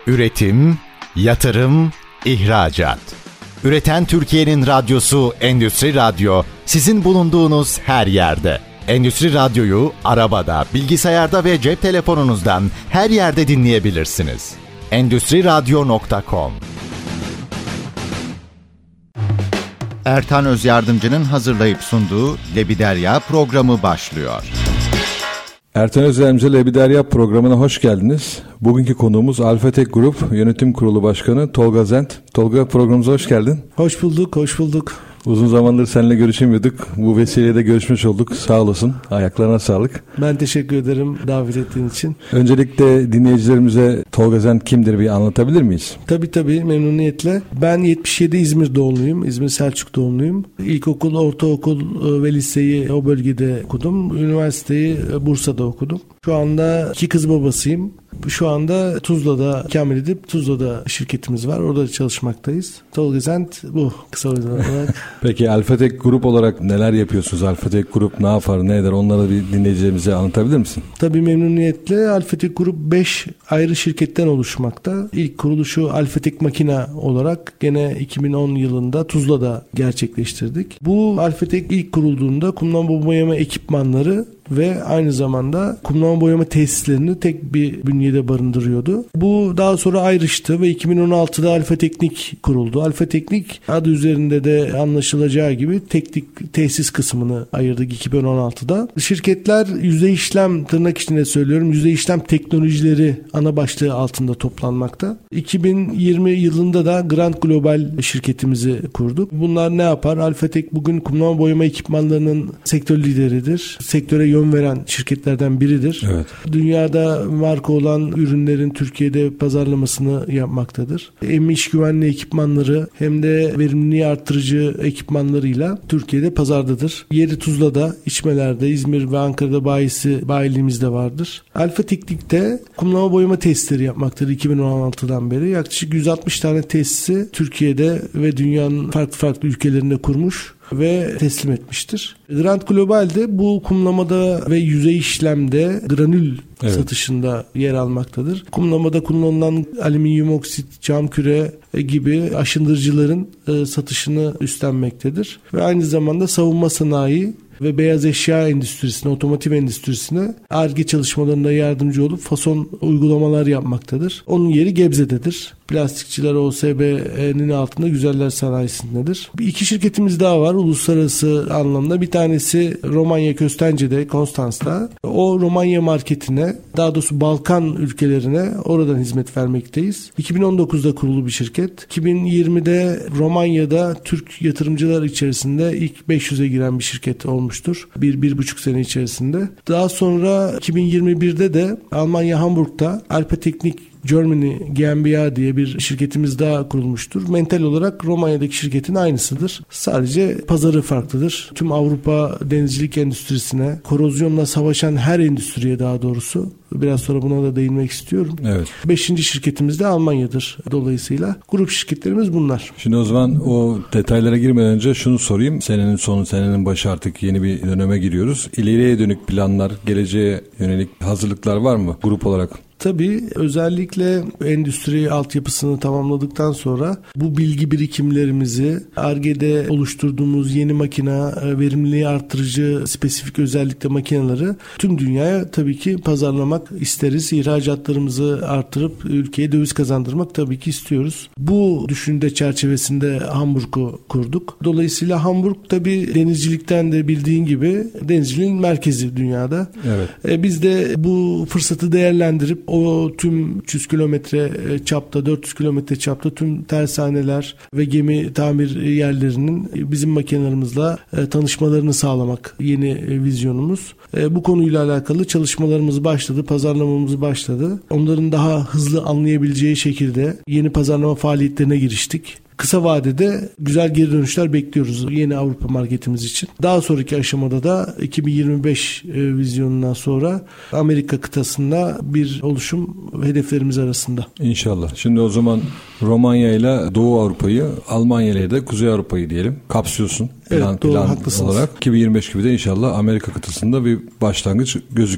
Üretim, yatırım, ihracat. Üreten Türkiye'nin radyosu Endüstri Radyo, sizin bulunduğunuz her yerde. Endüstri Radyo'yu arabada, bilgisayarda ve cep telefonunuzdan her yerde dinleyebilirsiniz. Endüstriradyo.com. Ertan Özyardımcı'nın hazırlayıp sunduğu Lebiderya programı başlıyor. Ertan Özyardımcı Lebiderya programına hoş geldiniz. Bugünkü konuğumuz Alfatek Grup Yönetim Kurulu Başkanı Tolga Zent. Tolga, programımıza hoş geldin. Hoş bulduk, hoş bulduk. Uzun zamandır seninle görüşemiyorduk. Bu vesileyle görüşmüş olduk. Sağ olasın. Ayaklarına sağlık. Ben teşekkür ederim davet ettiğin için. Öncelikle dinleyicilerimize Tolga Zent kimdir bir anlatabilir miyiz? Tabii memnuniyetle. Ben 77 İzmir doğumluyum. İzmir Selçuk doğumluyum. İlkokul, ortaokul ve liseyi o bölgede okudum. Üniversiteyi Bursa'da okudum. Şu anda 2 kız babasıyım. Şu anda Tuzla'da ikamet edip Tuzla'da şirketimiz var. Orada çalışmaktayız. Tolga Zent bu kısa olarak. Peki Alfatek Grup olarak neler yapıyorsunuz? Alfatek Grup ne yapar, ne eder? Onları bir dinleyicilerimize anlatabilir misin? Tabii memnuniyetle. Alfatek Grup 5 ayrı şirketten oluşmakta. İlk kuruluşu Alfatek Makina olarak gene 2010 yılında Tuzla'da gerçekleştirdik. Bu Alfatek ilk kurulduğunda kumlama boyama ekipmanları ve aynı zamanda kumlama boyama tesislerini tek bir bünyede barındırıyordu. Bu daha sonra ayrıştı ve 2016'da Alfa Teknik kuruldu. Alfa Teknik adı üzerinde de anlaşılacağı gibi teknik tesis kısmını ayırdık 2016'da. Şirketler yüzey işlem, tırnak içinde söylüyorum, yüzey işlem teknolojileri ana başlığı altında toplanmakta. 2020 yılında da Grand Global şirketimizi kurduk. Bunlar ne yapar? Alfa Tek bugün kumlama boyama ekipmanlarının sektör lideridir. Sektöre yön veren şirketlerden biridir. Evet. Dünyada marka olan ürünlerin Türkiye'de pazarlamasını yapmaktadır. Hem iş güvenliği ekipmanları hem de verimliliği artırıcı ekipmanlarıyla Türkiye'de pazardadır. Yeri Tuzla'da, İçmeler'de, İzmir ve Ankara'da bayiliğimiz de vardır. Alfa Teknik'te kumlama boyama testleri yapmaktadır 2016'dan beri. Yaklaşık 160 tane tesisi Türkiye'de ve dünyanın farklı ülkelerinde kurmuş ve teslim etmiştir. Grand Global'de bu kumlamada ve yüzey işlemde granül satışında yer almaktadır. Kumlamada kullanılan alüminyum oksit, cam küre gibi aşındırıcıların satışını üstlenmektedir. Ve aynı zamanda savunma sanayi ve beyaz eşya endüstrisine, otomotiv endüstrisine Ar-Ge çalışmalarında yardımcı olup fason uygulamalar yapmaktadır. Onun yeri Gebze'dedir. Plastikçiler OSB'nin altında Güzeller Sanayisi'ndedir. 2 şirketimiz daha var uluslararası anlamda. Bir tanesi Romanya Köstence'de, Konstans'ta. O Romanya marketine, daha doğrusu Balkan ülkelerine oradan hizmet vermekteyiz. 2019'da kurulu bir şirket. 2020'de Romanya'da Türk yatırımcılar içerisinde ilk 500'e giren bir şirket olmuştur. 1,5 sene içerisinde. Daha sonra 2021'de de Almanya Hamburg'da Alfa Teknik Germany GmbH diye bir şirketimiz daha kurulmuştur. Mental olarak Romanya'daki şirketin aynısıdır. Sadece pazarı farklıdır. Tüm Avrupa denizcilik endüstrisine, korozyonla savaşan her endüstriye daha doğrusu, biraz sonra buna da değinmek istiyorum. Evet. 5. şirketimiz de Almanya'dır. Dolayısıyla grup şirketlerimiz bunlar. Şimdi o zaman o detaylara girmeden önce şunu sorayım. Senenin sonu, senenin başı, artık yeni bir döneme giriyoruz. İleriye dönük planlar, geleceğe yönelik hazırlıklar var mı grup olarak? Tabii özellikle endüstri altyapısını tamamladıktan sonra bu bilgi birikimlerimizi Ar-Ge'de oluşturduğumuz yeni makina, verimliliği artırıcı spesifik özellikle makineleri tüm dünyaya tabii ki pazarlamak isteriz. İhracatlarımızı artırıp ülkeye döviz kazandırmak tabii ki istiyoruz. Bu düşünce çerçevesinde Hamburg'u kurduk. Dolayısıyla Hamburg tabii denizcilikten de bildiğin gibi denizciliğin merkezi dünyada. Evet. Biz de bu fırsatı değerlendirip o tüm 300 kilometre çapta, 400 kilometre çapta tüm tersaneler ve gemi tamir yerlerinin bizim makinelerimizle tanışmalarını sağlamak yeni vizyonumuz. Bu konuyla alakalı çalışmalarımız başladı, pazarlamamız başladı. Onların daha hızlı anlayabileceği şekilde yeni pazarlama faaliyetlerine giriştik. Kısa vadede güzel geri dönüşler bekliyoruz yeni Avrupa marketimiz için. Daha sonraki aşamada da 2025 vizyonundan sonra Amerika kıtasında bir oluşum hedeflerimiz arasında. İnşallah. Şimdi o zaman Romanya ile Doğu Avrupa'yı, Almanya ile de Kuzey Avrupa'yı diyelim kapsıyorsun. Plan haklısınız. Olarak 2025 gibi de inşallah Amerika kıtasında bir başlangıç gözüküyor.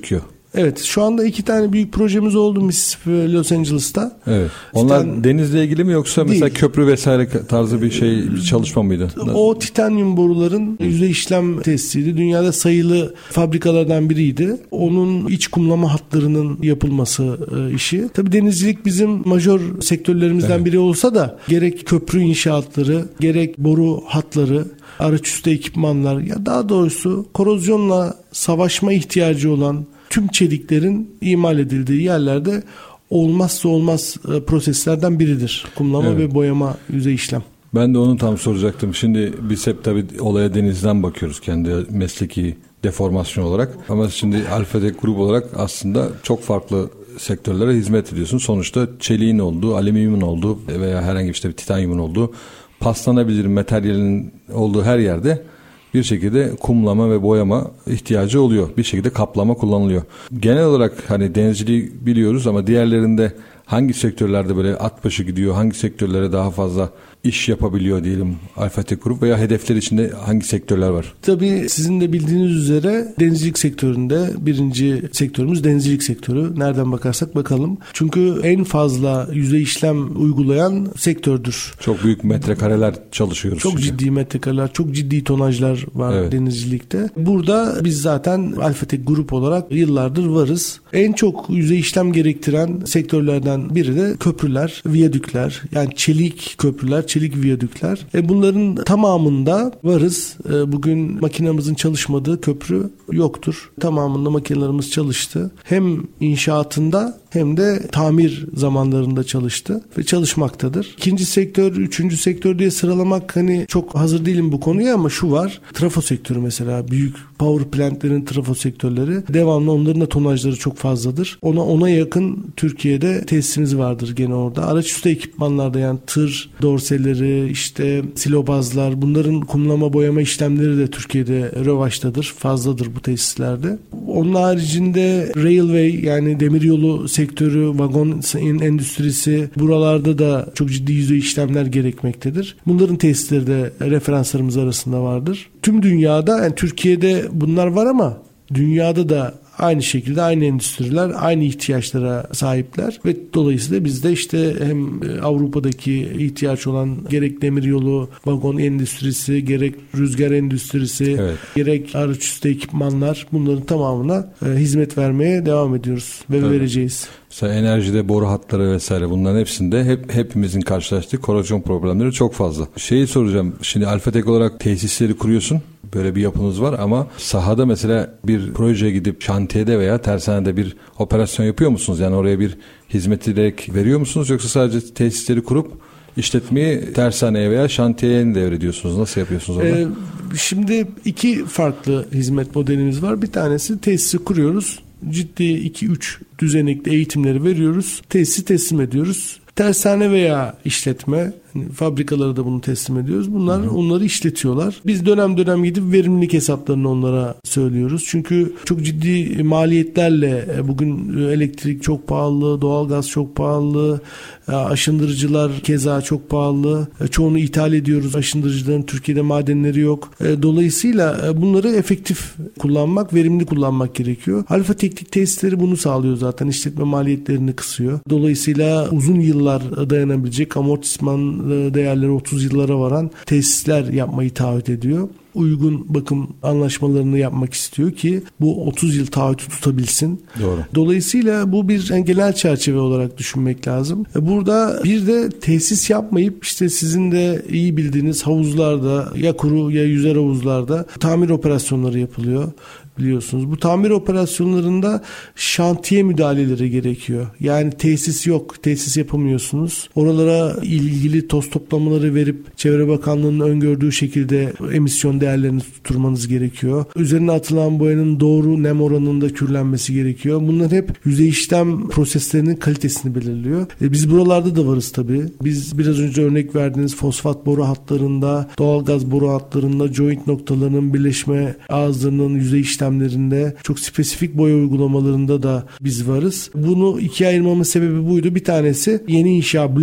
Evet, şu anda 2 tane büyük projemiz oldu Mississippi ve Los Angeles'ta. Evet. Onlar denizle ilgili mi yoksa mesela köprü vesaire tarzı bir çalışma mıydı? O titanyum boruların yüzey işlem tesisiydi. Dünyada sayılı fabrikalardan biriydi. Onun iç kumlama hatlarının yapılması işi. Tabii denizcilik bizim majör sektörlerimizden biri olsa da gerek köprü inşaatları, gerek boru hatları, araçüstü ekipmanlar, ya daha doğrusu korozyonla savaşma ihtiyacı olan tüm çeliklerin imal edildiği yerlerde olmazsa olmaz proseslerden biridir. Kumlama ve boyama yüzey işlem. Ben de onu tam soracaktım. Şimdi biz hep tabii olaya denizden bakıyoruz kendi mesleki deformasyon olarak. Ama şimdi Alfatek Grup olarak aslında çok farklı sektörlere hizmet ediyorsun. Sonuçta çeliğin olduğu, alüminyumun olduğu veya herhangi bir titanyumun olduğu, paslanabilir materyalin olduğu her yerde bir şekilde kumlama ve boyama ihtiyacı oluyor. Bir şekilde kaplama kullanılıyor. Genel olarak hani denizciliği biliyoruz ama diğerlerinde hangi sektörlerde böyle at başı gidiyor, hangi sektörlere daha fazla iş yapabiliyor diyelim Alfatek Grup veya hedefler içinde hangi sektörler var? Tabii sizin de bildiğiniz üzere denizcilik sektöründe birinci sektörümüz denizcilik sektörü. Nereden bakarsak bakalım. Çünkü en fazla yüzey işlem uygulayan sektördür. Çok büyük metrekareler çalışıyoruz. Çok ciddi metrekareler, çok ciddi tonajlar var denizcilikte. Burada biz zaten Alfatek Grup olarak yıllardır varız. En çok yüzey işlem gerektiren sektörlerden biri de köprüler, viyadükler, yani çelik köprüler, çelik viyadükler. Bunların tamamında varız. Bugün makinamızın çalışmadığı köprü yoktur. Tamamında makinelerimiz çalıştı. Hem inşaatında hem de tamir zamanlarında çalıştı ve çalışmaktadır. İkinci sektör, üçüncü sektör diye sıralamak hani çok hazır değilim bu konuya ama şu var. Trafo sektörü mesela, büyük power plantlerin trafo sektörleri, devamlı onların da tonajları çok fazladır. Ona yakın Türkiye'de tesisimiz vardır gene orada. Araçüstü ekipmanlarda, yani tır dorseleri, silobazlar, bunların kumlama boyama işlemleri de Türkiye'de revaçtadır. Fazladır bu tesislerde. Onun haricinde railway, yani demiryolu sektörü, vagon endüstrisi, buralarda da çok ciddi yüzey işlemler gerekmektedir. Bunların tesisleri de referanslarımız arasında vardır. Tüm dünyada, yani Türkiye'de bunlar var ama dünyada da aynı şekilde aynı endüstriler aynı ihtiyaçlara sahipler ve dolayısıyla biz de hem Avrupa'daki ihtiyaç olan gerek demiryolu vagon endüstrisi, gerek rüzgar endüstrisi, gerek araçüstü ekipmanlar, bunların tamamına hizmet vermeye devam ediyoruz ve vereceğiz. Mesela enerjide boru hatları vesaire, bunların hepsinde hepimizin karşılaştığı korozyon problemleri çok fazla. Şeyi soracağım. Şimdi Alfatek olarak tesisleri kuruyorsun. Böyle bir yapınız var ama sahada mesela bir projeye gidip şantiyede veya tersanede bir operasyon yapıyor musunuz? Yani oraya bir hizmet direkt veriyor musunuz? Yoksa sadece tesisleri kurup işletmeyi tersaneye veya şantiyeye mi devrediyorsunuz? Nasıl yapıyorsunuz orada? Şimdi 2 farklı hizmet modelimiz var. Bir tanesi tesisi kuruyoruz. Ciddi 2-3 düzenekli eğitimleri veriyoruz. Tesisi teslim ediyoruz. Tersane veya işletme, fabrikalara da bunu teslim ediyoruz. Bunlar onları işletiyorlar. Biz dönem dönem gidip verimlilik hesaplarını onlara söylüyoruz. Çünkü çok ciddi maliyetlerle, bugün elektrik çok pahalı, doğalgaz çok pahalı, aşındırıcılar keza çok pahalı. Çoğunu ithal ediyoruz. Aşındırıcıların Türkiye'de madenleri yok. Dolayısıyla bunları efektif kullanmak, verimli kullanmak gerekiyor. Alfa Teknik tesisleri bunu sağlıyor zaten. İşletme maliyetlerini kısıyor. Dolayısıyla uzun yıllar dayanabilecek, amortisman değerleri 30 yıllara varan tesisler yapmayı taahhüt ediyor. Uygun bakım anlaşmalarını yapmak istiyor ki bu 30 yıl taahhütü tutabilsin. Doğru. Dolayısıyla bu bir genel çerçeve olarak düşünmek lazım. Burada bir de tesis yapmayıp sizin de iyi bildiğiniz havuzlarda, ya kuru ya yüzer havuzlarda tamir operasyonları yapılıyor. Biliyorsunuz. Bu tamir operasyonlarında şantiye müdahaleleri gerekiyor. Yani tesis yok, tesis yapamıyorsunuz. Oralara ilgili toz toplamaları verip Çevre Bakanlığı'nın öngördüğü şekilde emisyon değerlerini tutturmanız gerekiyor. Üzerine atılan boyanın doğru nem oranında kürlenmesi gerekiyor. Bunlar hep yüzey işlem proseslerinin kalitesini belirliyor. Biz buralarda da varız tabii. Biz biraz önce örnek verdiğiniz fosfat boru hatlarında, doğalgaz boru hatlarında, joint noktalarının birleşme ağızlarının yüzey işlemlerinde, çok spesifik boya uygulamalarında da biz varız. Bunu ikiye ayırmamın sebebi buydu. Bir tanesi yeni inşa blok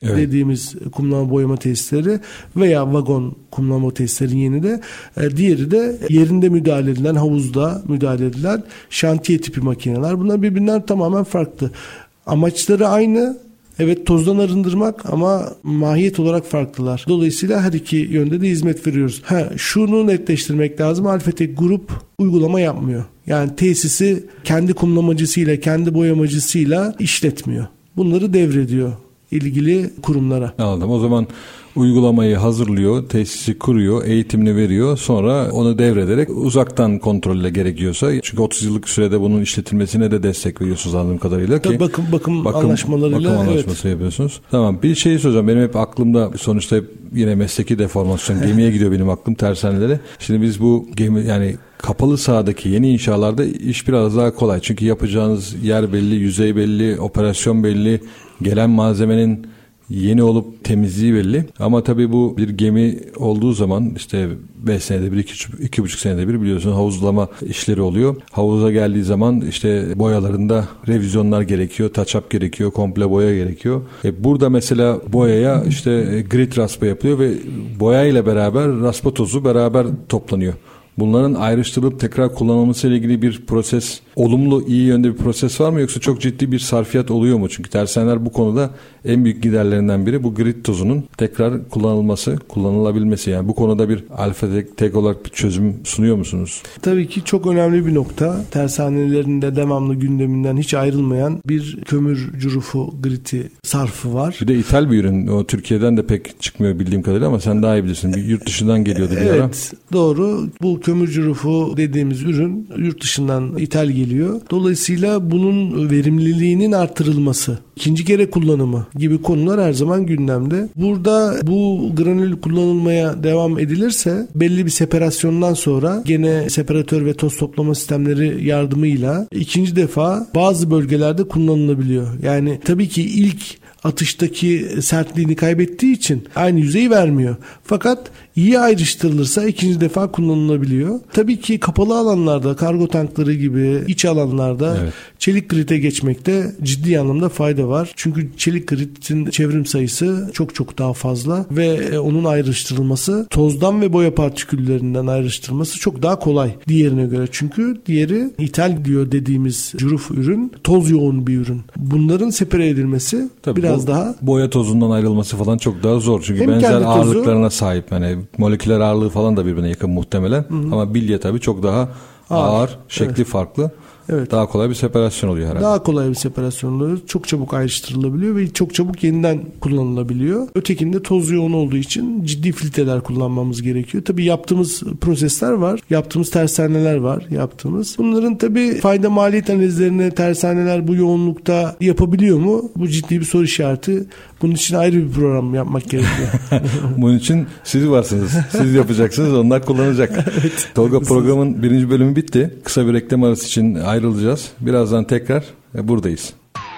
dediğimiz kumlama boyama tesisleri veya vagon kumlama tesislerin yeni de, diğeri de yerinde müdahale edilen, havuzda müdahale edilen şantiye tipi makineler. Bunlar birbirinden tamamen farklı. Amaçları aynı. Evet, tozdan arındırmak ama mahiyet olarak farklılar. Dolayısıyla her iki yönde de hizmet veriyoruz. Şunu netleştirmek lazım. Alfatek Grup uygulama yapmıyor. Yani tesisi kendi kumlamacısıyla, kendi boyamacısıyla işletmiyor. Bunları devrediyor ilgili kurumlara. Anladım. O zaman uygulamayı hazırlıyor, tesisi kuruyor, eğitimini veriyor. Sonra onu devrederek uzaktan kontrolle gerekiyorsa, çünkü 30 yıllık sürede bunun işletilmesine de destek veriyorsunuz anladığım kadarıyla ki. Bakım anlaşmalarıyla. Bakım anlaşması yapıyorsunuz. Tamam. Bir şey soracağım. Benim hep aklımda, sonuçta hep yine mesleki deformasyon, gemiye gidiyor benim aklım, tersanelere. Şimdi biz bu gemi, yani kapalı sahadaki yeni inşalarda iş biraz daha kolay. Çünkü yapacağınız yer belli, yüzey belli, operasyon belli, gelen malzemenin yeni olup temizliği belli. Ama tabii bu bir gemi olduğu zaman işte 5 senede bir, 2,5 senede bir biliyorsun havuzlama işleri oluyor. Havuza geldiği zaman işte boyalarında revizyonlar gerekiyor, touch-up gerekiyor, komple boya gerekiyor. Burada mesela boyaya işte grit raspa yapılıyor ve boya ile beraber raspa tozu beraber toplanıyor. Bunların ayrıştırılıp tekrar kullanılması ile ilgili bir proses, olumlu, iyi yönde bir proses var mı, yoksa çok ciddi bir sarfiyat oluyor mu? Çünkü tersaneler bu konuda en büyük giderlerinden biri bu grit tozunun tekrar kullanılması, kullanılabilmesi. Yani bu konuda bir Alfatek olarak bir çözüm sunuyor musunuz? Tabii ki çok önemli bir nokta. Tersanelerin de devamlı gündeminden hiç ayrılmayan bir kömür curufu griti sarfı var. Bir de ithal bir ürün. O Türkiye'den de pek çıkmıyor bildiğim kadarıyla ama sen daha iyi bilirsin. Bir yurt dışından geliyordu bir ara. Evet, doğru. Bu kömür curufu dediğimiz ürün yurt dışından ithal geliyor. Dolayısıyla bunun verimliliğinin artırılması, ikinci kere kullanımı gibi konular her zaman gündemde. Burada bu granül kullanılmaya devam edilirse belli bir separasyondan sonra gene separatör ve toz toplama sistemleri yardımıyla ikinci defa bazı bölgelerde kullanılabiliyor. Yani tabii ki ilk atıştaki sertliğini kaybettiği için aynı yüzeyi vermiyor. Fakat iyi ayrıştırılırsa ikinci defa kullanılabiliyor. Tabii ki kapalı alanlarda, kargo tankları gibi iç alanlarda çelik grite geçmekte ciddi anlamda fayda var. Çünkü çelik gritin çevrim sayısı çok çok daha fazla ve onun ayrıştırılması, tozdan ve boya partiküllerinden ayrıştırılması çok daha kolay diğerine göre. Çünkü diğeri ithal diyor dediğimiz curuf ürün, toz yoğun bir ürün. Bunların separe edilmesi biraz daha, boya tozundan ayrılması falan çok daha zor. Çünkü benzer ağırlıklarına sahip. Yani moleküler ağırlığı falan da birbirine yakın muhtemelen. Hı-hı. Ama bilye tabii çok daha ağır, şekli farklı. Evet. Daha kolay bir separasyon oluyor herhalde. Daha kolay bir separasyon oluyor. Çok çabuk ayrıştırılabiliyor ve çok çabuk yeniden kullanılabiliyor. Ötekinde toz yoğun olduğu için ciddi filtreler kullanmamız gerekiyor. Tabii yaptığımız prosesler var. Yaptığımız tersaneler var. Bunların tabii fayda maliyet analizlerini tersaneler bu yoğunlukta yapabiliyor mu? Bu ciddi bir soru işareti. Bunun için ayrı bir program yapmak gerekiyor. Bunun için siz varsınız. Siz yapacaksınız, onlar kullanacak. Evet. Tolga, programın 1. bölümü bitti. Kısa bir reklam arası için ayrılacağız. Birazdan tekrar buradayız.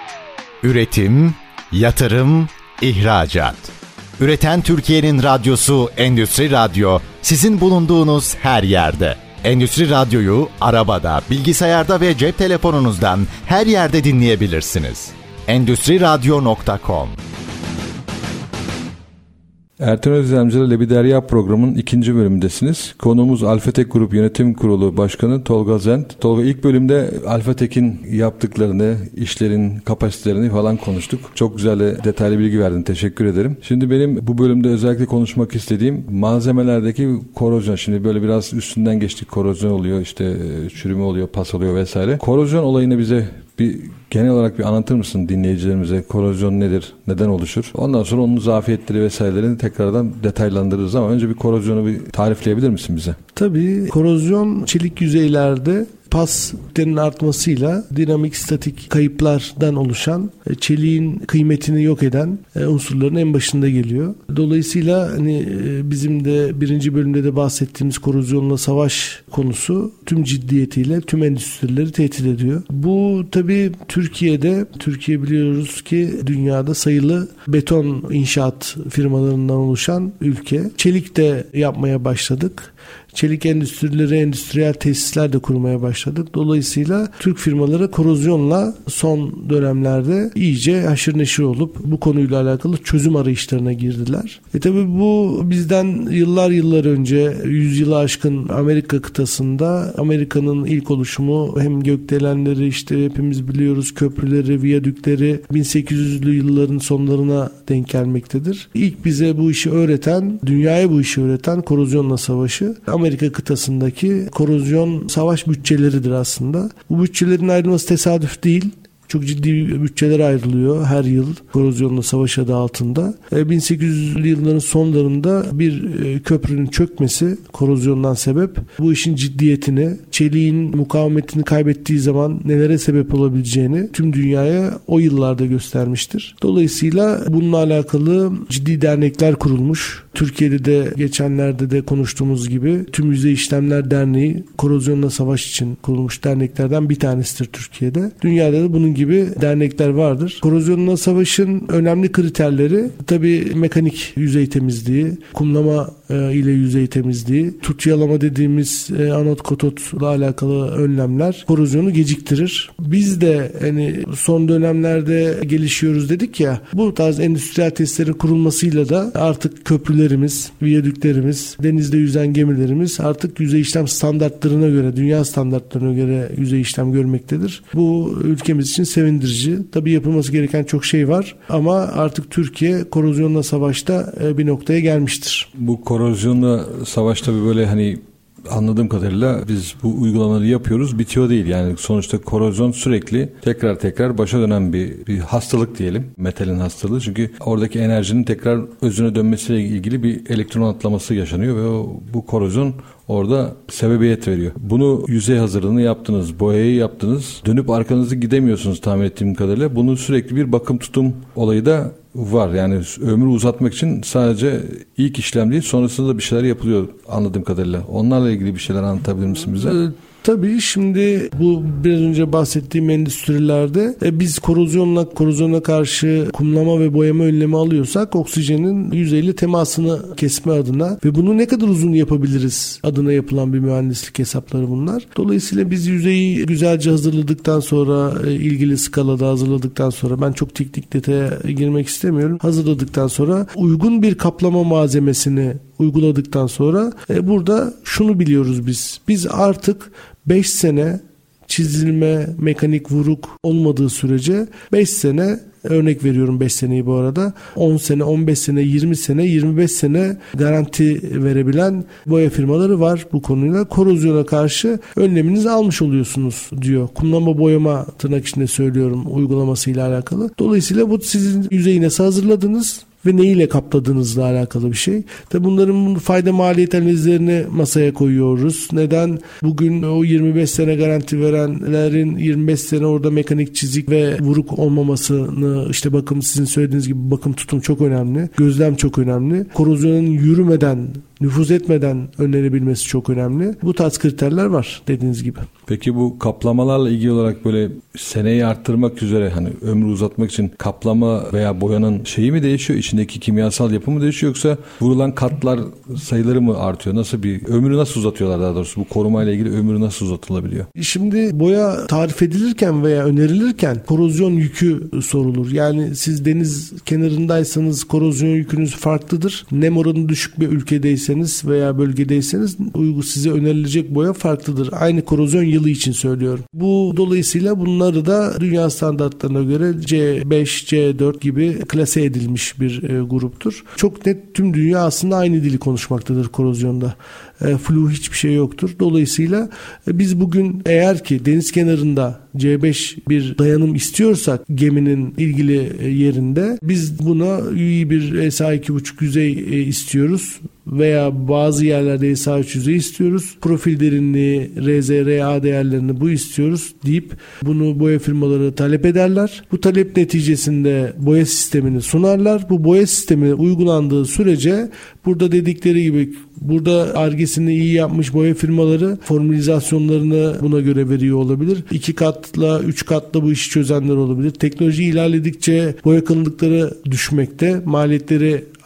Üretim, yatırım, ihracat. Üreten Türkiye'nin radyosu Endüstri Radyo, sizin bulunduğunuz her yerde. Endüstri Radyo'yu arabada, bilgisayarda ve cep telefonunuzdan her yerde dinleyebilirsiniz. Endüstriradyo.com. Ertan Özyamcı ile Lebiderya programının 2. bölümündesiniz. Konuğumuz Alfatek Grup Yönetim Kurulu Başkanı Tolga Zent. Tolga, ilk bölümde Alfatek'in yaptıklarını, işlerin kapasitelerini falan konuştuk. Çok güzel detaylı bilgi verdin. Teşekkür ederim. Şimdi benim bu bölümde özellikle konuşmak istediğim malzemelerdeki korozyon. Şimdi böyle biraz üstünden geçtik. Korozyon oluyor, işte çürüme oluyor, pas oluyor vesaire. Korozyon olayını bize bir genel olarak bir anlatır mısın dinleyicilerimize? Korozyon nedir? Neden oluşur? Ondan sonra onun zafiyetleri vesairelerini tekrardan detaylandırırız ama önce bir korozyonu bir tarifleyebilir misin bize? Tabii, korozyon çelik yüzeylerde pas kütlenin artmasıyla dinamik statik kayıplardan oluşan, çeliğin kıymetini yok eden unsurların en başında geliyor. Dolayısıyla bizim de 1. bölümde de bahsettiğimiz korozyonla savaş konusu tüm ciddiyetiyle tüm endüstrileri tehdit ediyor. Bu tabii Türkiye biliyoruz ki dünyada sayılı beton inşaat firmalarından oluşan ülke. Çelik de yapmaya başladık. çelik endüstrileri, endüstriyel tesisler de kurmaya başladık. Dolayısıyla Türk firmaları korozyonla son dönemlerde iyice haşır neşir olup bu konuyla alakalı çözüm arayışlarına girdiler. Tabii bu bizden yıllar önce, 100 yılı aşkın Amerika kıtasında Amerika'nın ilk oluşumu, hem gökdelenleri, işte hepimiz biliyoruz, köprüleri, viyadükleri 1800'lü yılların sonlarına denk gelmektedir. İlk bize bu işi öğreten, dünyaya bu işi öğreten korozyonla savaşı Amerika kıtasındaki korozyon savaş bütçeleridir aslında. Bu bütçelerin ayrılması tesadüf değil. Çok ciddi bütçeler ayrılıyor her yıl korozyonla savaş adı altında. 1800'lü yılların sonlarında bir köprünün çökmesi korozyondan sebep bu işin ciddiyetini, çeliğin mukavemetini kaybettiği zaman nelere sebep olabileceğini tüm dünyaya o yıllarda göstermiştir. Dolayısıyla bununla alakalı ciddi dernekler kurulmuş. Türkiye'de de geçenlerde de konuştuğumuz gibi Tüm Yüzey İşlemler Derneği korozyonla savaş için kurulmuş derneklerden bir tanesidir Türkiye'de. Dünyada da bunun gibi dernekler vardır. Korozyonla savaşın önemli kriterleri tabii mekanik yüzey temizliği, kumlama ile yüzey temizliği, tutyalama dediğimiz anot katotla alakalı önlemler korozyonu geciktirir. Biz de hani son dönemlerde gelişiyoruz dedik ya, bu tarz endüstriyel tesislerin kurulmasıyla da artık köprülerimiz, viyadüklerimiz, denizde yüzen gemilerimiz artık yüzey işlem standartlarına göre, dünya standartlarına göre yüzey işlem görmektedir. Bu ülkemiz için sevindirici. Tabii yapılması gereken çok şey var ama artık Türkiye korozyonla savaşta bir noktaya gelmiştir. Bu korozyonla savaş tabii böyle hani anladığım kadarıyla biz bu uygulamaları yapıyoruz, bitiyor değil. Yani sonuçta korozyon sürekli tekrar başa dönen bir hastalık diyelim. Metalin hastalığı. Çünkü oradaki enerjinin tekrar özüne dönmesiyle ilgili bir elektron atlaması yaşanıyor ve bu korozyon orada sebebiyet veriyor. Bunu yüzey hazırlığını yaptınız, boyayı yaptınız. Dönüp arkanızı gidemiyorsunuz tahmin ettiğim kadarıyla. Bunun sürekli bir bakım tutum olayı da var. Yani ömrü uzatmak için sadece ilk işlem değil, sonrasında da bir şeyler yapılıyor anladığım kadarıyla. Onlarla ilgili bir şeyler anlatabilir misin bize? Tabii şimdi bu biraz önce bahsettiğim endüstrilerde biz korozyona karşı kumlama ve boyama önlemi alıyorsak oksijenin yüzeyle temasını kesme adına ve bunu ne kadar uzun yapabiliriz adına yapılan bir mühendislik hesapları bunlar. Dolayısıyla biz yüzeyi güzelce hazırladıktan sonra, ilgili skalada hazırladıktan sonra, ben çok teknik detaya girmek istemiyorum, hazırladıktan sonra uygun bir kaplama malzemesini uyguladıktan sonra burada şunu biliyoruz biz. Biz artık 5 sene çizilme, mekanik vuruk olmadığı sürece 5 sene, örnek veriyorum 5 seneyi bu arada, 10 sene, 15 sene, 20 sene, 25 sene garanti verebilen boya firmaları var bu konuyla. Korozyona karşı önleminizi almış oluyorsunuz diyor. Kumlama boyama, tırnak içinde söylüyorum, uygulamasıyla alakalı. Dolayısıyla bu sizin yüzeyi nasıl hazırladınız ve neyle kapladığınızla alakalı bir şey. Tabi bunların fayda maliyet analizlerini masaya koyuyoruz. Neden? Bugün o 25 sene garanti verenlerin 25 sene orada mekanik çizik ve vuruk olmamasını, işte bakım, sizin söylediğiniz gibi bakım tutum çok önemli. Gözlem çok önemli. Korozyonun yürümeden, nüfuz etmeden önlenebilmesi çok önemli. Bu tarz kriterler var dediğiniz gibi. Peki bu kaplamalarla ilgili olarak böyle seneyi arttırmak üzere, hani ömrü uzatmak için kaplama veya boyanın şeyi mi değişiyor? İçindeki kimyasal yapı mı değişiyor, yoksa vurulan katlar sayıları mı artıyor? Nasıl bir ömrü nasıl uzatıyorlar daha doğrusu? Bu korumayla ilgili ömrü nasıl uzatılabiliyor? Şimdi boya tarif edilirken veya önerilirken korozyon yükü sorulur. Yani siz deniz kenarındaysanız korozyon yükünüz farklıdır. Nem oranı düşük bir ülkedeyseniz veya bölgedeyseniz size önerilecek boya farklıdır. Aynı korozyon yılı için söylüyorum. Bu dolayısıyla bunları da dünya standartlarına göre C5, C4 gibi klase edilmiş bir gruptur. Çok net tüm dünya aslında aynı dili konuşmaktadır korozyonda. Flu hiçbir şey yoktur. Dolayısıyla biz bugün eğer ki deniz kenarında C5 bir dayanım istiyorsak geminin ilgili yerinde, biz buna iyi bir SA2.5 yüzey istiyoruz veya bazı yerlerde SA3 yüzey istiyoruz. Profil derinliği, RZ-RA değerlerini bu istiyoruz deyip bunu boya firmaları talep ederler. Bu talep neticesinde boya sistemini sunarlar. Bu boya sistemi uygulandığı sürece burada dedikleri gibi, burada Ar-Ge'sini iyi yapmış boya firmaları formülizasyonlarını buna göre veriyor olabilir. 2 katla 3 katla bu işi çözenler olabilir. Teknoloji ilerledikçe boya kalınlıkları düşmekte, maliyetleri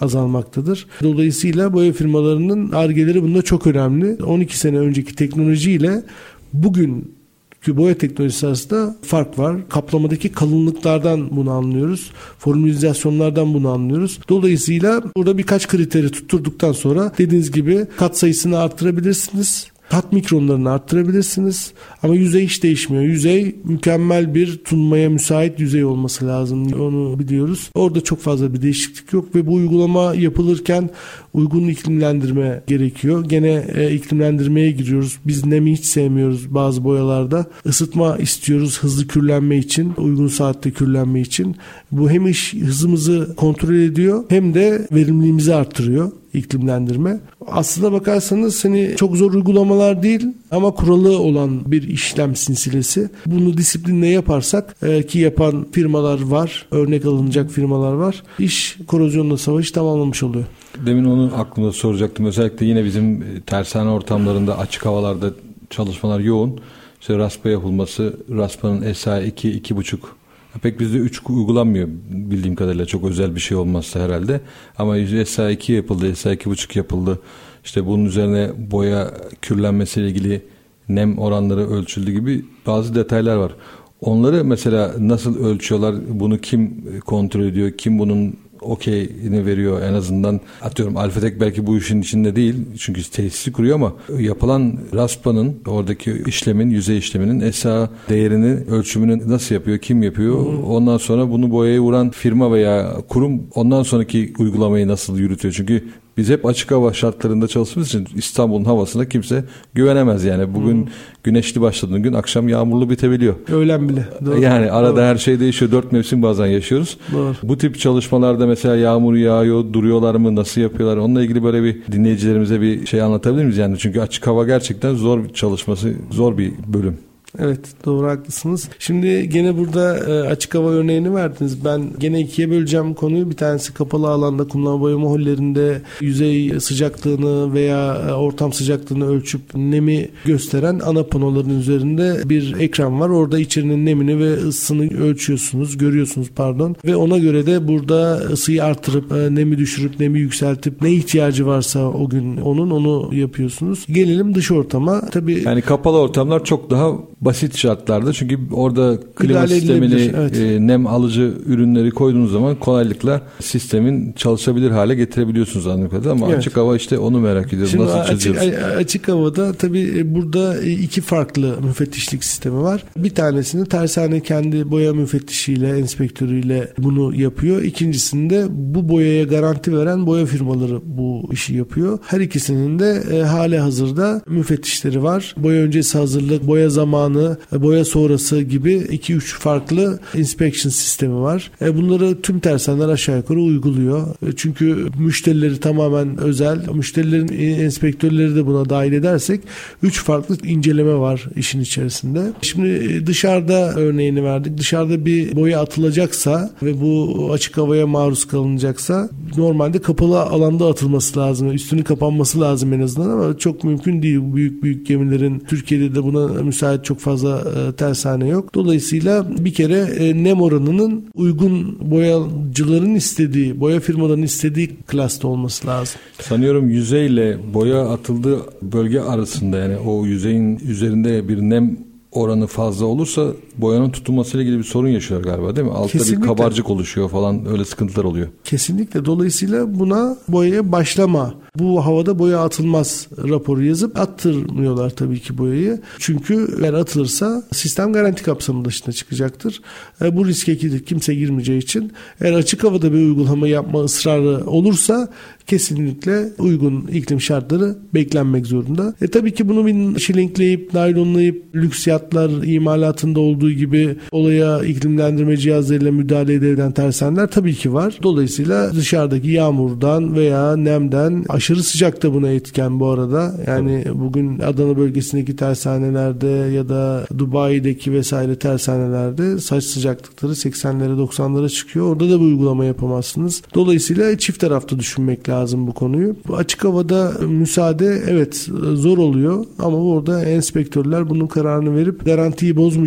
azalmaktadır. Dolayısıyla boya firmalarının Ar-Ge'leri bunda çok önemli. 12 sene önceki teknolojiyle bugün boya teknolojisi arasında fark var. Kaplamadaki kalınlıklardan bunu anlıyoruz. Formülizasyonlardan bunu anlıyoruz. Dolayısıyla burada birkaç kriteri tutturduktan sonra dediğiniz gibi kat sayısını arttırabilirsiniz. Kat mikronlarını arttırabilirsiniz. Ama yüzey hiç değişmiyor. Yüzey mükemmel bir sunmaya müsait yüzey olması lazım. Onu biliyoruz. Orada çok fazla bir değişiklik yok ve bu uygulama yapılırken uygun iklimlendirme gerekiyor. Gene iklimlendirmeye giriyoruz. Biz nemi hiç sevmiyoruz bazı boyalarda. Isıtma istiyoruz hızlı kürlenme için, uygun saatte kürlenme için. Bu hem iş hızımızı kontrol ediyor hem de verimliliğimizi arttırıyor. İklimlendirme. Aslına bakarsanız çok zor uygulamalar değil ama kuralı olan bir işlem silsilesi. Bunu disiplinle yaparsak ki yapan firmalar var, örnek alınacak firmalar var. İş korozyonla savaşı tamamlamış oluyor. Demin onu aklımda soracaktım. Özellikle yine bizim tersane ortamlarında açık havalarda çalışmalar yoğun. İşte raspa yapılması, raspanın SA2, 2,5 pek bizde 3 uygulanmıyor bildiğim kadarıyla, çok özel bir şey olmazsa herhalde. Ama SA2 yapıldı, SA2,5 yapıldı. İşte bunun üzerine boya kürlenmesiyle ilgili nem oranları ölçüldü gibi bazı detaylar var. Onları mesela nasıl ölçüyorlar? Bunu kim kontrol ediyor? Kim bunun okeyini veriyor? En azından atıyorum Alphatek belki bu işin içinde değil. Çünkü tesisi kuruyor ama yapılan raspanın, oradaki işlemin, yüzey işleminin SA değerini, ölçümünü nasıl yapıyor? Kim yapıyor? Ondan sonra bunu boyaya vuran firma veya kurum ondan sonraki uygulamayı nasıl yürütüyor? Çünkü biz hep açık hava şartlarında çalıştığımız için İstanbul'un havasına kimse güvenemez yani. Bugün güneşli başladığın gün akşam yağmurlu bitebiliyor. Öğlen bile. Doğru. Yani arada her şey değişiyor. 4 mevsim bazen yaşıyoruz. Doğru. Bu tip çalışmalarda mesela yağmur yağıyor, duruyorlar mı, nasıl yapıyorlar? Onunla ilgili böyle bir dinleyicilerimize bir şey anlatabilir miyiz? Yani çünkü açık hava gerçekten zor çalışması, zor bir bölüm. Evet, doğru, haklısınız. Şimdi gene burada açık hava örneğini verdiniz. Ben gene ikiye böleceğim konuyu. Bir tanesi kapalı alanda kumlama boyama hollerinde yüzey sıcaklığını veya ortam sıcaklığını ölçüp nemi gösteren ana panoların üzerinde bir ekran var. Orada içerinin nemini ve ısısını ölçüyorsunuz, görüyorsunuz ve ona göre de burada ısıyı artırıp nemi düşürüp nemi yükseltip ne ihtiyacı varsa o gün onu yapıyorsunuz. Gelelim dış ortama. Tabii yani kapalı ortamlar çok daha basit şartlarda, çünkü orada klima sistemini, evet, nem alıcı ürünleri koyduğunuz zaman kolaylıkla sistemin çalışabilir hale getirebiliyorsunuz anladığım kadarıyla, ama evet, açık hava işte onu merak ediyorum. Şimdi nasıl çözüyoruz? Açık havada tabii burada iki farklı müfettişlik sistemi var. Bir tanesini tersane kendi boya müfettişiyle, enspektörüyle bunu yapıyor. İkincisinde bu boyaya garanti veren boya firmaları bu işi yapıyor. Her ikisinin de hali hazırda müfettişleri var. Boya öncesi hazırlık, boya zamanı, boya sonrası gibi 2-3 farklı inspection sistemi var. Bunları tüm tersaneler aşağı yukarı uyguluyor. Çünkü müşterileri tamamen özel. Müşterilerin enspektörleri de buna dahil edersek 3 farklı inceleme var işin içerisinde. Şimdi dışarıda örneğini verdik. Dışarıda bir boya atılacaksa ve bu açık havaya maruz kalınacaksa normalde kapalı alanda atılması lazım. Üstünün kapanması lazım en azından, ama çok mümkün değil. Büyük gemilerin, Türkiye'de de buna müsait çok fazla tersane yok. Dolayısıyla bir kere nem oranının uygun boyacıların istediği, boya firmalarının istediği klasta olması lazım. Sanıyorum yüzeyle boya atıldığı bölge arasında, yani o yüzeyin üzerinde bir nem oranı fazla olursa boyanın tutulmasıyla ilgili bir sorun yaşıyor galiba, değil mi? Altta kesinlikle bir kabarcık oluşuyor falan, öyle sıkıntılar oluyor. Kesinlikle. Dolayısıyla buna boyaya başlama, bu havada boya atılmaz raporu yazıp attırmıyorlar tabii ki boyayı. Çünkü eğer atılırsa sistem garanti kapsamı dışına çıkacaktır. Bu riske kimse girmeyeceği için eğer açık havada bir uygulama yapma ısrarı olursa kesinlikle uygun iklim şartları beklenmek zorunda. Tabii ki bunu bir şilinkleyip, naylonlayıp lüks yatlar imalatında olduğu gibi olaya iklimlendirme cihazlarıyla müdahale edebilen tersaneler tabii ki var. Dolayısıyla dışarıdaki yağmurdan veya nemden, aşırı sıcak da buna etken bu arada. Yani bugün Adana bölgesindeki tersanelerde ya da Dubai'deki vesaire tersanelerde saç sıcaklıkları 80'lere 90'lara çıkıyor. Orada da bu uygulama yapamazsınız. Dolayısıyla çift tarafta düşünmek lazım bu konuyu. Açık havada müsaade evet zor oluyor, ama orada enspektörler bunun kararını verip garantiyi bozmayacak şekilde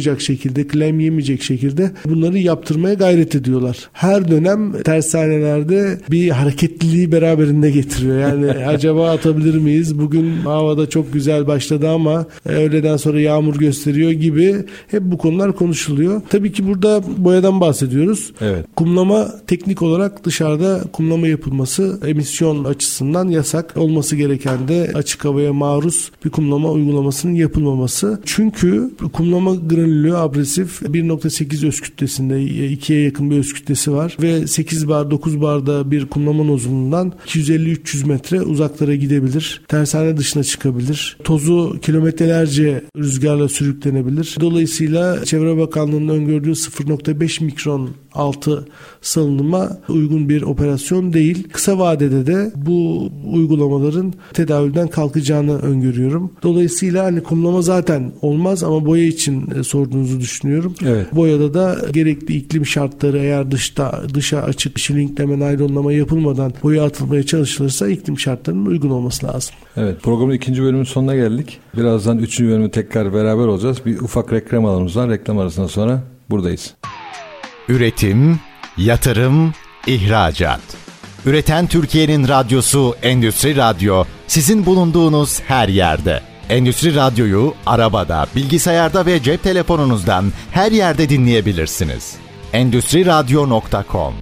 şekilde, claim yemeyecek şekilde bunları yaptırmaya gayret ediyorlar. Her dönem tersanelerde bir hareketliliği beraberinde getiriyor. Yani acaba atabilir miyiz? Bugün havada çok güzel başladı ama öğleden sonra yağmur gösteriyor gibi hep bu konular konuşuluyor. Tabii ki burada boyadan bahsediyoruz. Evet. Kumlama teknik olarak dışarıda kumlama yapılması emisyon açısından yasak. Olması gereken de açık havaya maruz bir kumlama uygulamasının yapılmaması. Çünkü kumlama granülü abresif 1.8 öz kütlesinde 2'ye yakın bir öz kütlesi var ve 8 bar 9 barda bir kumlama nozulundan 250-300 metre uzaklara gidebilir. Tersane dışına çıkabilir. Tozu kilometrelerce rüzgarla sürüklenebilir. Dolayısıyla Çevre Bakanlığı'nın öngördüğü 0.5 mikron altı salınıma uygun bir operasyon değil. Kısa vadede de bu uygulamaların tedavülden kalkacağını öngörüyorum. Dolayısıyla hani kumlama zaten olmaz ama boya için sorduğunuzu düşünüyorum. Evet. Boyada da gerekli iklim şartları eğer dışa açık şilingleme, naylonlama yapılmadan boya atılmaya çalışılırsa iklim şartlarının uygun olması lazım. Evet, programın 2. bölümünün sonuna geldik. Birazdan 3. bölümü tekrar beraber olacağız. Bir ufak reklam alanımız var. Reklam arasından sonra buradayız. Üretim, yatırım, ihracat. Üreten Türkiye'nin radyosu Endüstri Radyo, sizin bulunduğunuz her yerde. Endüstri Radyo'yu arabada, bilgisayarda ve cep telefonunuzdan her yerde dinleyebilirsiniz. Endüstriradyo.com.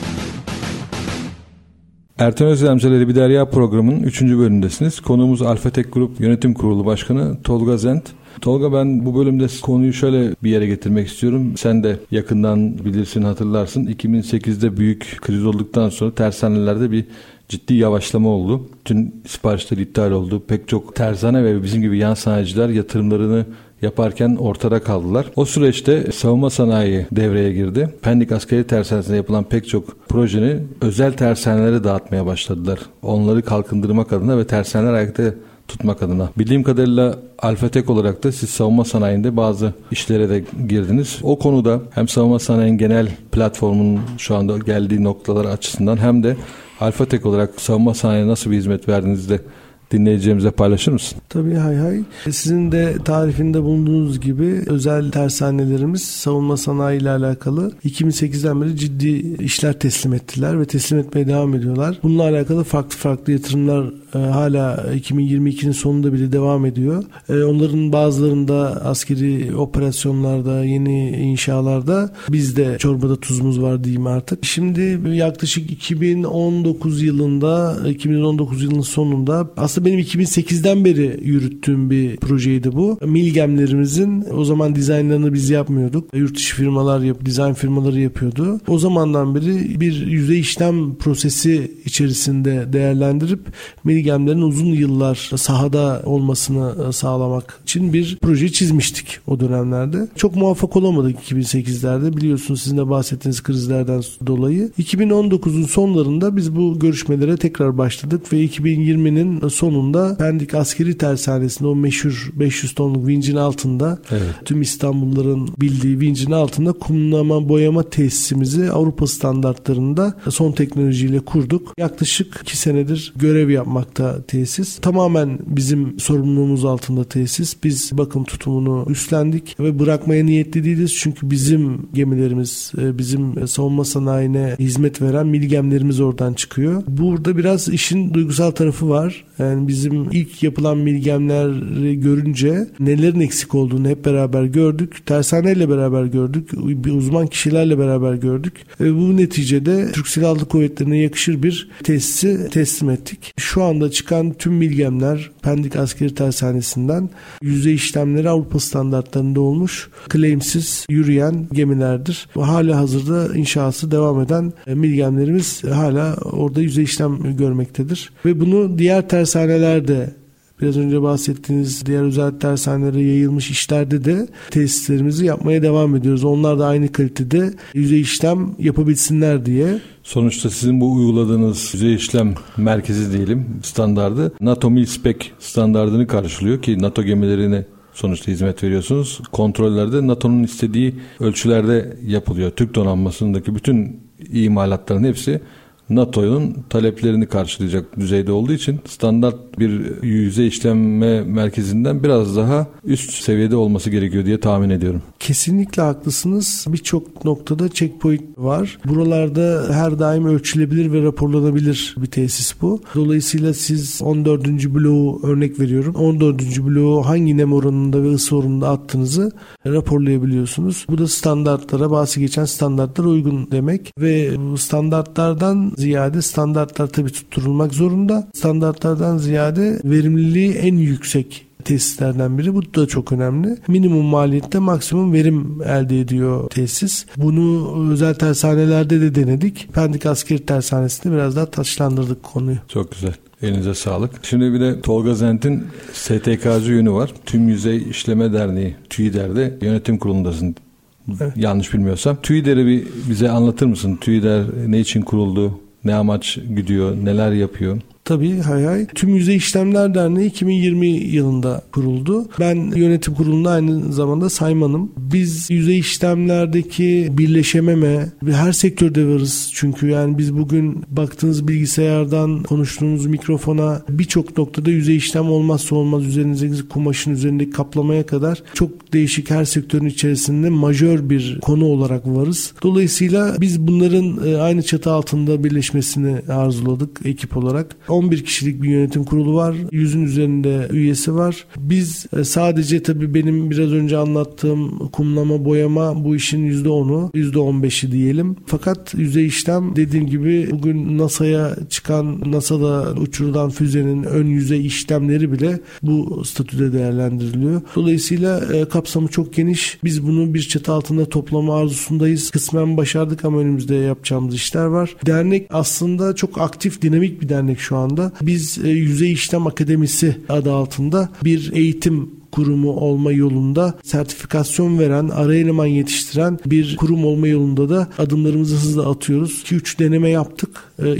Ertan Özel Amcaları Bir Derya programının 3. bölümündesiniz. Konuğumuz Alfatek Grup Yönetim Kurulu Başkanı Tolga Zent. Tolga, ben bu bölümde konuyu şöyle bir yere getirmek istiyorum. Sen de yakından bilirsin, hatırlarsın. 2008'de büyük kriz olduktan sonra tersanelerde bir ciddi yavaşlama oldu. Tüm siparişler iptal oldu. Pek çok tersane ve bizim gibi yan sanayiciler yatırımlarını yaparken ortada kaldılar. O süreçte savunma sanayi devreye girdi. Pendik Askeri Tersanesi'nde yapılan pek çok projeni özel tersanelere dağıtmaya başladılar. Onları kalkındırmak adına ve tersaneler ayakta tutmak adına. Bildiğim kadarıyla Alfatek olarak da siz savunma sanayinde bazı işlere de girdiniz. O konuda hem savunma sanayinin genel platformunun şu anda geldiği noktalar açısından hem de Alfatek olarak savunma sanayiye nasıl bir hizmet verdiğinizi de dinleyicilerimize paylaşır mısın? Tabii, hay. Sizin de tarifinde bulunduğunuz gibi özel tersanelerimiz savunma sanayi ile alakalı 2008'den beri ciddi işler teslim ettiler ve teslim etmeye devam ediyorlar. Bununla alakalı farklı yatırımlar hala 2022'nin sonunda bile devam ediyor. Onların bazılarında askeri operasyonlarda, yeni inşalarda biz de çorbada tuzumuz var diyeyim artık. Şimdi yaklaşık 2019 yılının sonunda aslında benim 2008'den beri yürüttüğüm bir projeydi bu. Milgemlerimizin o zaman dizaynlarını biz yapmıyorduk. Yurt dışı firmalar dizayn firmaları yapıyordu. O zamandan beri bir yüzey işlem prosesi içerisinde değerlendirip milgemlerin uzun yıllar sahada olmasını sağlamak için bir proje çizmiştik o dönemlerde. Çok muvaffak olamadık 2008'lerde. Biliyorsunuz sizin de bahsettiğiniz krizlerden dolayı. 2019'un sonlarında biz bu görüşmelere tekrar başladık ve 2020'nin sonunda Pendik Askeri Tersanesi'nde o meşhur 500 tonluk vincin altında, evet, tüm İstanbulluların bildiği vincin altında kumlama boyama tesisimizi Avrupa standartlarında son teknolojiyle kurduk. Yaklaşık 2 senedir görev yapmakta tesis. Tamamen bizim sorumluluğumuz altında tesis. Biz bakım tutumunu üstlendik ve bırakmaya niyetli değiliz. Çünkü bizim gemilerimiz, bizim savunma sanayine hizmet veren milgemlerimiz oradan çıkıyor. Burada biraz işin duygusal tarafı var. Yani bizim ilk yapılan milgemleri görünce nelerin eksik olduğunu hep beraber gördük. Tersaneyle beraber gördük. Bir uzman kişilerle beraber gördük. Bu neticede Türk Silahlı Kuvvetleri'ne yakışır bir tesisi teslim ettik. Şu anda çıkan tüm milgemler Pendik Askeri Tersanesi'nden yüzey işlemleri Avrupa standartlarında olmuş, claimsiz yürüyen gemilerdir. Hala hazırda inşası devam eden milgemlerimiz hala orada yüzey işlem görmektedir. Ve bunu diğer tersanelerde, biraz önce bahsettiğiniz diğer özel tersanelere yayılmış işlerde de tesislerimizi yapmaya devam ediyoruz. Onlar da aynı kalitede yüzey işlem yapabilsinler diye. Sonuçta sizin bu uyguladığınız yüzey işlem merkezi diyelim standardı NATO Mil-Spec standardını karşılıyor ki NATO gemilerine sonuçta hizmet veriyorsunuz. Kontrollerde NATO'nun istediği ölçülerde yapılıyor. Türk donanmasındaki bütün imalatların hepsi NATO'nun taleplerini karşılayacak düzeyde olduğu için standart bir yüzey işleme merkezinden biraz daha üst seviyede olması gerekiyor diye tahmin ediyorum. Kesinlikle haklısınız. Birçok noktada checkpoint var. Buralarda her daim ölçülebilir ve raporlanabilir bir tesis bu. Dolayısıyla siz 14. bloğu örnek veriyorum. 14. bloğu hangi nem oranında ve ısı oranında attığınızı raporlayabiliyorsunuz. Bu da standartlara, bahsi geçen standartlara uygun demek ve standartlardan ziyade, standartlar tabii tutturulmak zorunda. Standartlardan ziyade verimliliği en yüksek tesislerden biri. Bu da çok önemli. Minimum maliyette maksimum verim elde ediyor tesis. Bunu özel tersanelerde de denedik. Pendik Askeri Tersanesi'nde biraz daha taçlandırdık konuyu. Çok güzel. Elinize sağlık. Şimdi bir de Tolga Zent'in STK'cı yönü var. Tüm Yüzey İşleme Derneği, TÜİDER'de yönetim kurulundasın. Evet. Yanlış bilmiyorsam. TÜİDER'i bir bize anlatır mısın? TÜİDER ne için kuruldu? Ne amaç güdüyor? Neler yapıyor? Tabii hay. Tüm Yüzey İşlemler Derneği 2020 yılında kuruldu. Ben yönetim kurulunda aynı zamanda saymanım. Biz yüzey işlemlerdeki birleşememe ve her sektörde varız. Çünkü yani biz bugün baktığınız bilgisayardan konuştuğunuz mikrofona birçok noktada yüzey işlem olmazsa olmaz, üzerinizdeki kumaşın üzerindeki kaplamaya kadar çok değişik, her sektörün içerisinde majör bir konu olarak varız. Dolayısıyla biz bunların aynı çatı altında birleşmesini arzuladık ekip olarak. 11 kişilik bir yönetim kurulu var. 100'ün üzerinde üyesi var. Biz sadece tabii benim biraz önce anlattığım kumlama, boyama bu işin %10'u, %15'i diyelim. Fakat yüzey işlem dediğim gibi bugün NASA'ya çıkan, NASA'da uçurulan füzenin ön yüzey işlemleri bile bu statüde değerlendiriliyor. Dolayısıyla kapsamı çok geniş. Biz bunu bir çatı altında toplama arzusundayız. Kısmen başardık ama önümüzde yapacağımız işler var. Dernek aslında çok aktif, dinamik bir dernek şu anda. Biz Yüzey İşlem Akademisi adı altında bir eğitim kurumu olma yolunda, sertifikasyon veren, ara eleman yetiştiren bir kurum olma yolunda da adımlarımızı hızla atıyoruz. 2-3 deneme yaptık.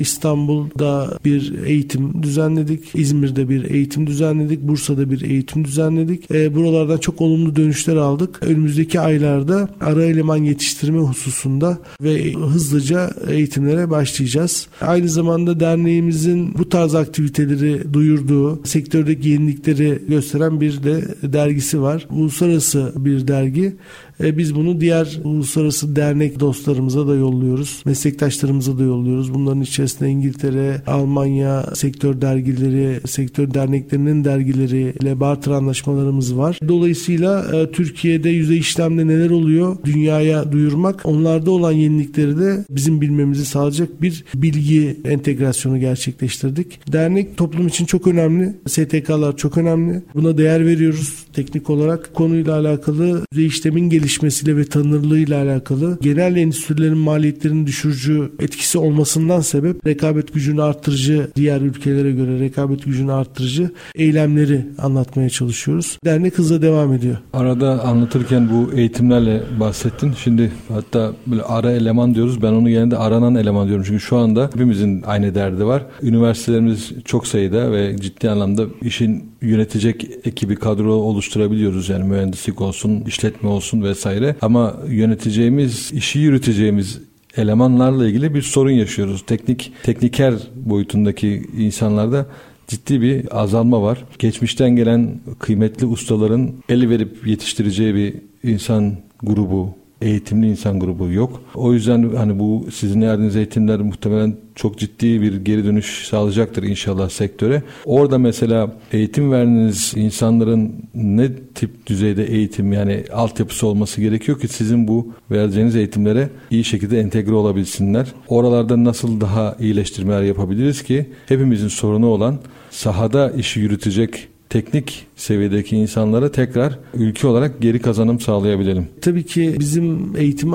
İstanbul'da bir eğitim düzenledik. İzmir'de bir eğitim düzenledik. Bursa'da bir eğitim düzenledik. Buralardan çok olumlu dönüşler aldık. Önümüzdeki aylarda ara eleman yetiştirme hususunda ve hızlıca eğitimlere başlayacağız. Aynı zamanda derneğimizin bu tarz aktiviteleri duyurduğu, sektördeki yenilikleri gösteren bir de dergisi var. Uluslararası bir dergi. Biz bunu diğer uluslararası dernek dostlarımıza da yolluyoruz. Meslektaşlarımıza da yolluyoruz. Bunların içerisinde İngiltere, Almanya sektör dergileri, sektör derneklerinin dergileriyle barter anlaşmalarımız var. Dolayısıyla Türkiye'de yüzey işlemde neler oluyor dünyaya duyurmak, onlarda olan yenilikleri de bizim bilmemizi sağlayacak bir bilgi entegrasyonu gerçekleştirdik. Dernek toplum için çok önemli. STK'lar çok önemli. Buna değer veriyoruz teknik olarak. Konuyla alakalı yüzey işlemin gelişmesiyle ve tanınırlığıyla alakalı genel endüstrilerin maliyetlerini düşürücü etkisi olmasından sebep rekabet gücünü arttırıcı, diğer ülkelere göre rekabet gücünü arttırıcı eylemleri anlatmaya çalışıyoruz. Dernek hızla devam ediyor. Arada anlatırken bu eğitimlerle bahsettin. Şimdi hatta böyle ara eleman diyoruz. Ben onu genelde aranan eleman diyorum. Çünkü şu anda hepimizin aynı derdi var. Üniversitelerimiz çok sayıda ve ciddi anlamda işin yönetecek ekibi, kadro oluşturabiliyoruz. Yani mühendislik olsun, işletme olsun vesaire. Ama yöneteceğimiz, işi yürüteceğimiz elemanlarla ilgili bir sorun yaşıyoruz. Tekniker boyutundaki insanlarda ciddi bir azalma var. Geçmişten gelen kıymetli ustaların el verip yetiştireceği bir insan grubu, eğitimli insan grubu yok. O yüzden hani bu sizin verdiğiniz eğitimler muhtemelen çok ciddi bir geri dönüş sağlayacaktır inşallah sektöre. Orada mesela eğitim verdiğiniz insanların ne tip düzeyde eğitim, yani altyapısı olması gerekiyor ki sizin bu vereceğiniz eğitimlere iyi şekilde entegre olabilsinler. Oralarda nasıl daha iyileştirmeler yapabiliriz ki hepimizin sorunu olan sahada işi yürütecek teknik seviyedeki insanlara tekrar ülke olarak geri kazanım sağlayabilelim. Tabii ki bizim eğitimi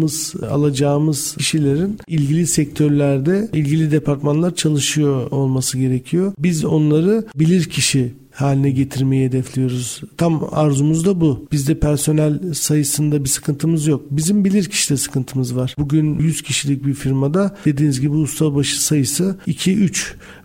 alacağımız kişilerin ilgili sektörlerde, ilgili departmanlar çalışıyor olması gerekiyor. Biz onları bilirkişi haline getirmeyi hedefliyoruz. Tam arzumuz da bu. Bizde personel sayısında bir sıkıntımız yok. Bizim bilirkişide sıkıntımız var. Bugün 100 kişilik bir firmada dediğiniz gibi ustabaşı sayısı 2-3.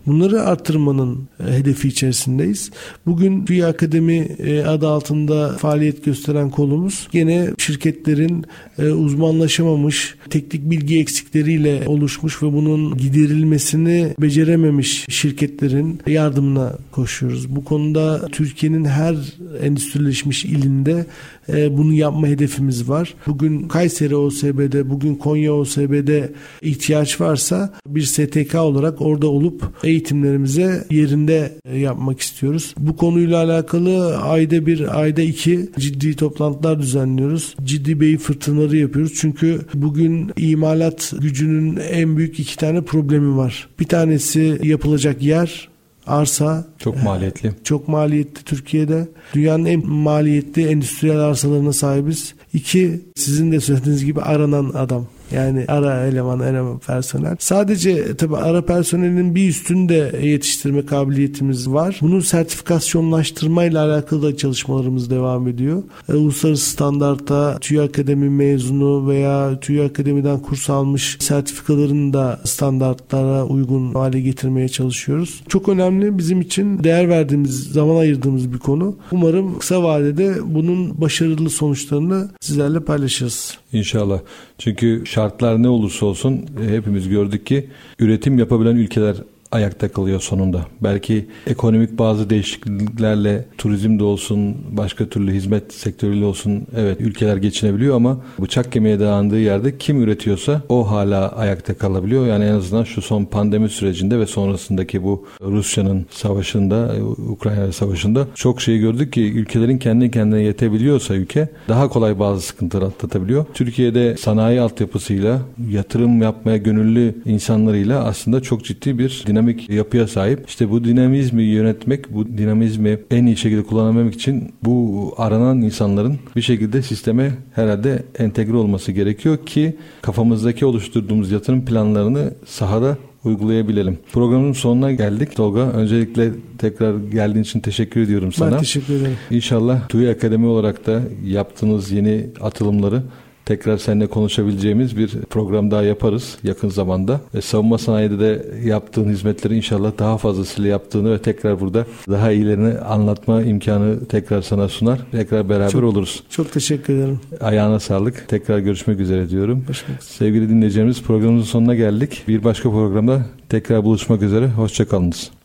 Bunları artırmanın hedefi içerisindeyiz. Bugün TÜİ Akademi adı altında faaliyet gösteren kolumuz gene şirketlerin uzmanlaşamamış, teknik bilgi eksikleriyle oluşmuş ve bunun giderilmesini becerememiş şirketlerin yardımına koşuyoruz. Bu konuda Türkiye'nin her endüstrileşmiş ilinde bunu yapma hedefimiz var. Bugün Kayseri OSB'de, bugün Konya OSB'de ihtiyaç varsa bir STK olarak orada olup eğitimlerimize yerinde yapmak istiyoruz. Bu konuyla alakalı ayda bir, ayda iki ciddi toplantılar düzenliyoruz. Ciddi beyin fırtınaları yapıyoruz. Çünkü bugün imalat gücünün en büyük 2 tane problemi var. Bir tanesi yapılacak yer, arsa. Çok maliyetli. Çok maliyetli Türkiye'de. Dünyanın en maliyetli endüstriyel arsalarına sahibiz. 2, sizin de söylediğiniz gibi aranan adam. Yani ara eleman personel. Sadece tabii ara personelin bir üstünde yetiştirme kabiliyetimiz var. Bunun sertifikasyonlaştırmayla alakalı da çalışmalarımız devam ediyor. Uluslararası standartta TÜİ Akademi mezunu veya TÜİ Akademi'den kurs almış sertifikalarını da standartlara uygun hale getirmeye çalışıyoruz. Çok önemli, bizim için değer verdiğimiz, zaman ayırdığımız bir konu. Umarım kısa vadede bunun başarılı sonuçlarını sizlerle paylaşırız. İnşallah. Çünkü şartlar ne olursa olsun hepimiz gördük ki üretim yapabilen ülkeler ayakta kalıyor sonunda. Belki ekonomik bazı değişikliklerle turizm de olsun, başka türlü hizmet sektörüyle olsun, evet ülkeler geçinebiliyor ama bıçak kemiğe dayandığı yerde kim üretiyorsa o hala ayakta kalabiliyor. Yani en azından şu son pandemi sürecinde ve sonrasındaki bu Rusya'nın savaşında, Ukrayna savaşında çok şey gördük ki ülkelerin kendi kendine yetebiliyorsa ülke daha kolay bazı sıkıntıları atlatabiliyor. Türkiye'de sanayi altyapısıyla, yatırım yapmaya gönüllü insanlarıyla aslında çok ciddi bir dinamik yapıya sahip. İşte bu dinamizmi yönetmek, bu dinamizmi en iyi şekilde kullanabilmek için bu aranan insanların bir şekilde sisteme herhalde entegre olması gerekiyor ki kafamızdaki oluşturduğumuz yatırım planlarını sahada uygulayabilelim. Programın sonuna geldik. Tolga, öncelikle tekrar geldiğin için teşekkür ediyorum sana. Ben teşekkür ederim. İnşallah TÜİ Akademi olarak da yaptığınız yeni atılımları tekrar seninle konuşabileceğimiz bir program daha yaparız yakın zamanda. Savunma sanayide de yaptığın hizmetleri inşallah daha fazlasıyla yaptığını ve tekrar burada daha iyilerini anlatma imkanı tekrar sana sunar. Tekrar beraber oluruz. Çok teşekkür ederim. Ayağına sağlık. Tekrar görüşmek üzere diyorum. Sevgili dinleyicilerimiz, programımızın sonuna geldik. Bir başka programda tekrar buluşmak üzere. Hoşça kalınız.